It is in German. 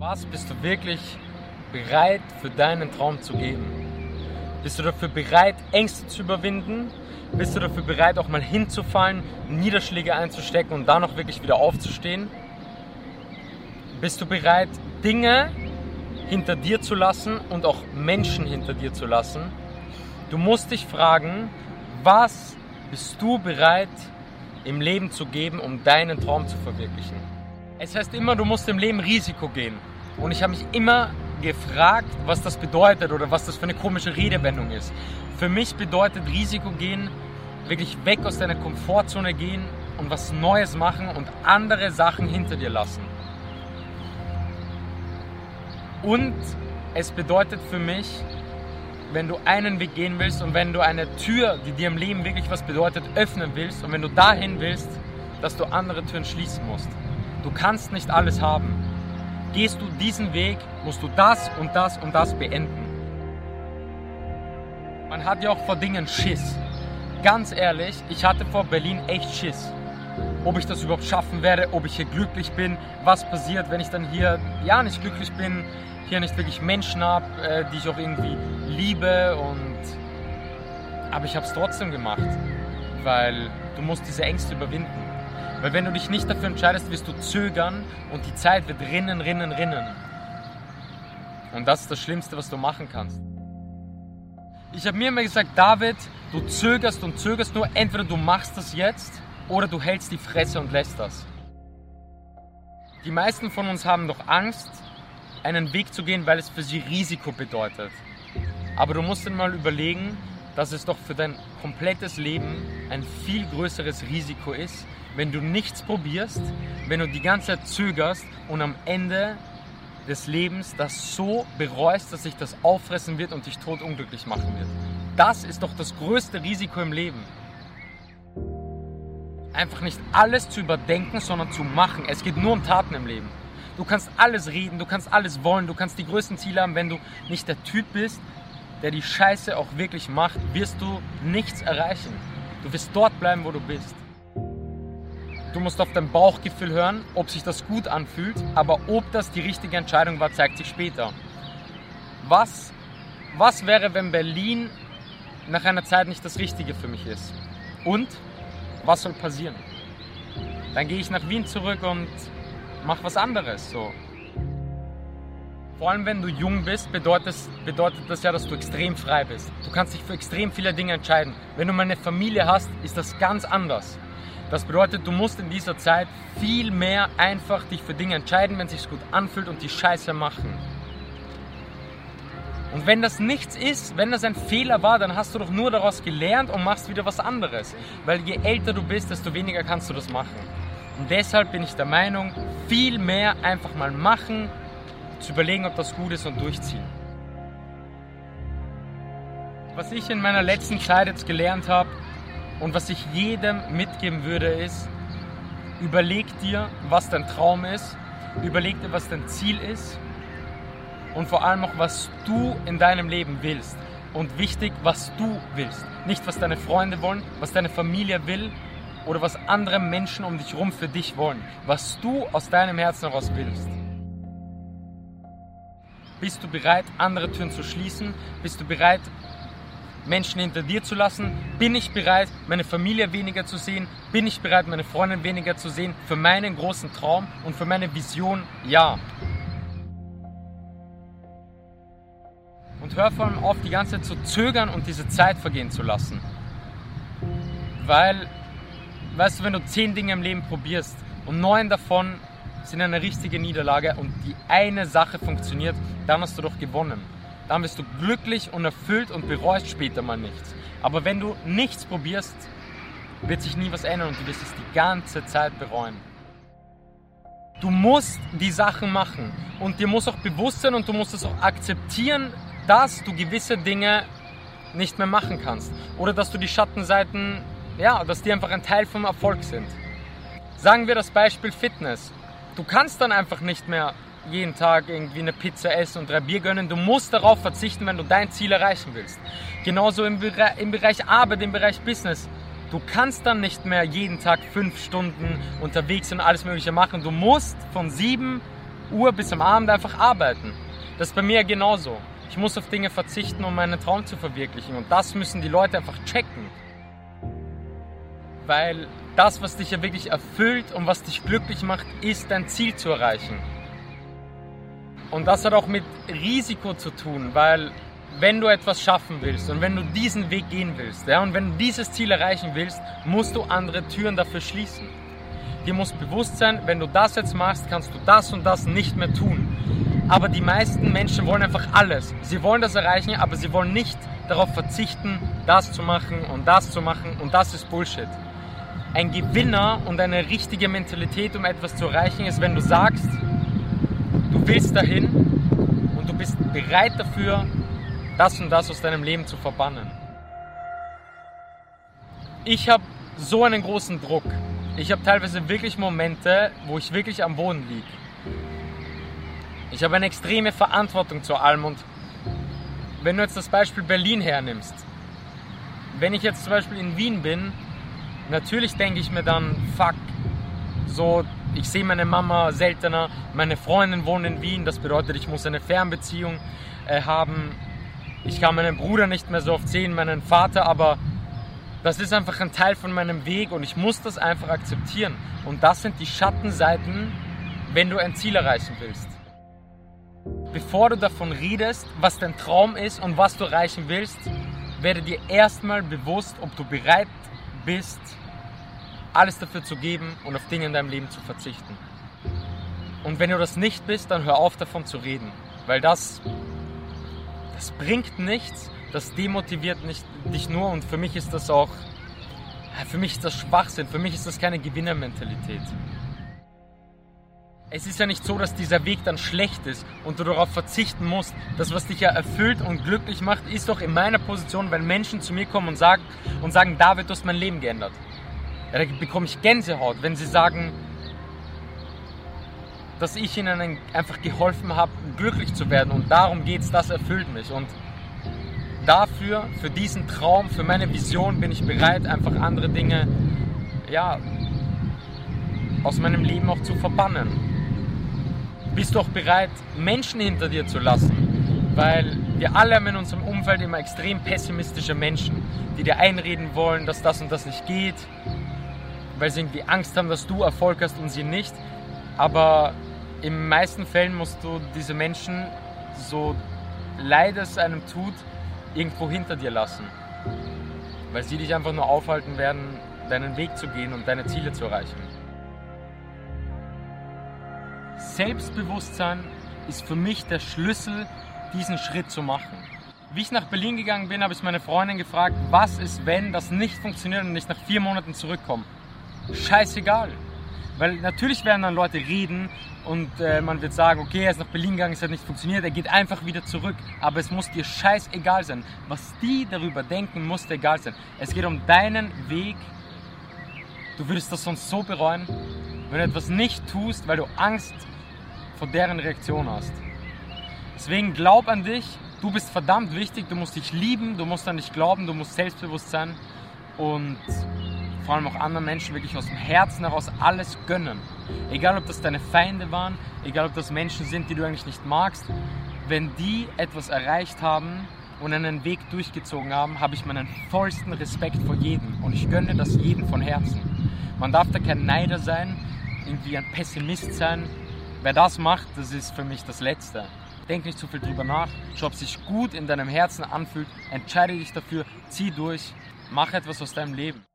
Was bist du wirklich bereit für deinen Traum zu geben? Bist du dafür bereit, Ängste zu überwinden? Bist du dafür bereit, auch mal hinzufallen, Niederschläge einzustecken und dann auch wirklich wieder aufzustehen? Bist du bereit, Dinge hinter dir zu lassen und auch Menschen hinter dir zu lassen? Du musst dich fragen, was bist du bereit im Leben zu geben, um deinen Traum zu verwirklichen? Es heißt immer, du musst im Leben Risiko gehen. Und ich habe mich immer gefragt, was das bedeutet oder was das für eine komische Redewendung ist. Für mich bedeutet Risiko gehen, wirklich weg aus deiner Komfortzone gehen und was Neues machen und andere Sachen hinter dir lassen. Und es bedeutet für mich, wenn du einen Weg gehen willst und wenn du eine Tür, die dir im Leben wirklich was bedeutet, öffnen willst und wenn du dahin willst, dass du andere Türen schließen musst. Du kannst nicht alles haben. Gehst du diesen Weg, musst du das und das und das beenden. Man hat ja auch vor Dingen Schiss. Ganz ehrlich, ich hatte vor Berlin echt Schiss. Ob ich das überhaupt schaffen werde, ob ich hier glücklich bin, was passiert, wenn ich dann hier ja nicht glücklich bin, hier nicht wirklich Menschen habe, die ich auch irgendwie liebe. Aber ich habe es trotzdem gemacht, weil du musst diese Ängste überwinden. Weil wenn du dich nicht dafür entscheidest, wirst du zögern und die Zeit wird rinnen. Und das ist das Schlimmste, was du machen kannst. Ich habe mir immer gesagt, David, du zögerst und zögerst nur, entweder du machst das jetzt oder du hältst die Fresse und lässt das. Die meisten von uns haben doch Angst, einen Weg zu gehen, weil es für sie Risiko bedeutet. Aber du musst dir mal überlegen, dass es doch für dein komplettes Leben ein viel größeres Risiko ist, wenn du nichts probierst, wenn du die ganze Zeit zögerst und am Ende des Lebens das so bereust, dass sich das auffressen wird und dich totunglücklich machen wird. Das ist doch das größte Risiko im Leben. Einfach nicht alles zu überdenken, sondern zu machen. Es geht nur um Taten im Leben. Du kannst alles reden, du kannst alles wollen, du kannst die größten Ziele haben. Wenn du nicht der Typ bist, der die Scheiße auch wirklich macht, wirst du nichts erreichen. Du wirst dort bleiben, wo du bist. Du musst auf dein Bauchgefühl hören, ob sich das gut anfühlt, aber ob das die richtige Entscheidung war, zeigt sich später. Was wäre, wenn Berlin nach einer Zeit nicht das Richtige für mich ist? Und was soll passieren? Dann gehe ich nach Wien zurück und mache was anderes. So. Vor allem, wenn du jung bist, bedeutet das ja, dass du extrem frei bist. Du kannst dich für extrem viele Dinge entscheiden. Wenn du mal eine Familie hast, ist das ganz anders. Das bedeutet, du musst in dieser Zeit viel mehr einfach dich für Dinge entscheiden, wenn es sich gut anfühlt und die Scheiße machen. Und wenn das nichts ist, wenn das ein Fehler war, dann hast du doch nur daraus gelernt und machst wieder was anderes. Weil je älter du bist, desto weniger kannst du das machen. Und deshalb bin ich der Meinung, viel mehr einfach mal machen, zu überlegen, ob das gut ist und durchziehen. Was ich in meiner letzten Zeit jetzt gelernt habe, und was ich jedem mitgeben würde, ist, überleg dir, was dein Traum ist, überleg dir, was dein Ziel ist und vor allem auch, was du in deinem Leben willst. Und wichtig, was du willst. Nicht, was deine Freunde wollen, was deine Familie will oder was andere Menschen um dich herum für dich wollen. Was du aus deinem Herzen heraus willst. Bist du bereit, andere Türen zu schließen? Bist du bereit, Menschen hinter dir zu lassen? Bin ich bereit, meine Familie weniger zu sehen? Bin ich bereit, meine Freundin weniger zu sehen? Für meinen großen Traum und für meine Vision? Ja. Und hör vor allem auf, die ganze Zeit zu zögern und diese Zeit vergehen zu lassen. Weil, weißt du, wenn du 10 Dinge im Leben probierst und 9 davon sind eine richtige Niederlage und die eine Sache funktioniert, dann hast du doch gewonnen. Dann bist du glücklich und erfüllt und bereust später mal nichts. Aber wenn du nichts probierst, wird sich nie was ändern und du wirst es die ganze Zeit bereuen. Du musst die Sachen machen und dir muss auch bewusst sein und du musst es auch akzeptieren, dass du gewisse Dinge nicht mehr machen kannst. Oder dass du die Schattenseiten, ja, dass die einfach ein Teil vom Erfolg sind. Sagen wir das Beispiel Fitness. Du kannst dann einfach nicht mehr jeden Tag irgendwie eine Pizza essen und 3 Bier gönnen. Du musst darauf verzichten, wenn du dein Ziel erreichen willst. Genauso im Bereich Arbeit, im Bereich Business. Du kannst dann nicht mehr jeden Tag 5 Stunden unterwegs und alles Mögliche machen. Du musst von 7 Uhr bis am Abend einfach arbeiten. Das ist bei mir genauso. Ich muss auf Dinge verzichten, um meinen Traum zu verwirklichen. Und das müssen die Leute einfach checken. Weil das, was dich ja wirklich erfüllt und was dich glücklich macht, ist dein Ziel zu erreichen. Und das hat auch mit Risiko zu tun, weil wenn du etwas schaffen willst und wenn du diesen Weg gehen willst, ja, und wenn du dieses Ziel erreichen willst, musst du andere Türen dafür schließen. Dir muss bewusst sein, wenn du das jetzt machst, kannst du das und das nicht mehr tun. Aber die meisten Menschen wollen einfach alles. Sie wollen das erreichen, aber sie wollen nicht darauf verzichten, das zu machen und das zu machen, und das ist Bullshit. Ein Gewinner und eine richtige Mentalität, um etwas zu erreichen, ist, wenn du sagst, du willst dahin und du bist bereit dafür, das und das aus deinem Leben zu verbannen. Ich habe so einen großen Druck. Ich habe teilweise wirklich Momente, wo ich wirklich am Boden liege. Ich habe eine extreme Verantwortung zu allem, und wenn du jetzt das Beispiel Berlin hernimmst, wenn ich jetzt zum Beispiel in Wien bin, natürlich denke ich mir dann, fuck, so, ich sehe meine Mama seltener, meine Freundin wohnt in Wien, das bedeutet, ich muss eine Fernbeziehung haben, ich kann meinen Bruder nicht mehr so oft sehen, meinen Vater, aber das ist einfach ein Teil von meinem Weg und ich muss das einfach akzeptieren. Und das sind die Schattenseiten, wenn du ein Ziel erreichen willst. Bevor du davon redest, was dein Traum ist und was du erreichen willst, werde dir erstmal bewusst, ob du bereit bist, alles dafür zu geben und auf Dinge in deinem Leben zu verzichten. Und wenn du das nicht bist, dann hör auf davon zu reden, weil das bringt nichts, das demotiviert dich nur, und für mich ist das auch, für mich ist das Schwachsinn, für mich ist das keine Gewinnermentalität. Es ist ja nicht so, dass dieser Weg dann schlecht ist und du darauf verzichten musst. Das, was dich ja erfüllt und glücklich macht, ist doch in meiner Position, wenn Menschen zu mir kommen und sagen, David, du hast mein Leben geändert. Ja, da bekomme ich Gänsehaut, wenn sie sagen, dass ich ihnen einfach geholfen habe, glücklich zu werden, und darum geht's, das erfüllt mich. Und dafür, für diesen Traum, für meine Vision bin ich bereit, einfach andere Dinge, ja, aus meinem Leben auch zu verbannen. Bist du auch bereit, Menschen hinter dir zu lassen? Weil wir alle haben in unserem Umfeld immer extrem pessimistische Menschen, die dir einreden wollen, dass das und das nicht geht, weil sie irgendwie Angst haben, dass du Erfolg hast und sie nicht. Aber in den meisten Fällen musst du diese Menschen, so leid es einem tut, irgendwo hinter dir lassen. Weil sie dich einfach nur aufhalten werden, deinen Weg zu gehen und deine Ziele zu erreichen. Selbstbewusstsein ist für mich der Schlüssel, diesen Schritt zu machen. Wie ich nach Berlin gegangen bin, habe ich meine Freundin gefragt, was ist, wenn das nicht funktioniert und ich nach 4 Monaten zurückkomme? Scheißegal. Weil natürlich werden dann Leute reden und man wird sagen, okay, er ist nach Berlin gegangen, es hat nicht funktioniert, er geht einfach wieder zurück. Aber es muss dir scheißegal sein. Was die darüber denken, muss dir egal sein. Es geht um deinen Weg. Du würdest das sonst so bereuen, wenn du etwas nicht tust, weil du Angst vor deren Reaktion hast. Deswegen glaub an dich, du bist verdammt wichtig, du musst dich lieben, du musst an dich glauben, du musst selbstbewusst sein und vor allem auch anderen Menschen wirklich aus dem Herzen heraus alles gönnen. Egal, ob das deine Feinde waren, egal, ob das Menschen sind, die du eigentlich nicht magst, wenn die etwas erreicht haben und einen Weg durchgezogen haben, habe ich meinen vollsten Respekt vor jedem und ich gönne das jedem von Herzen. Man darf da kein Neider sein, irgendwie ein Pessimist sein. Wer das macht, das ist für mich das Letzte. Denk nicht zu viel drüber nach, schau, ob es sich gut in deinem Herzen anfühlt, entscheide dich dafür, zieh durch, mach etwas aus deinem Leben.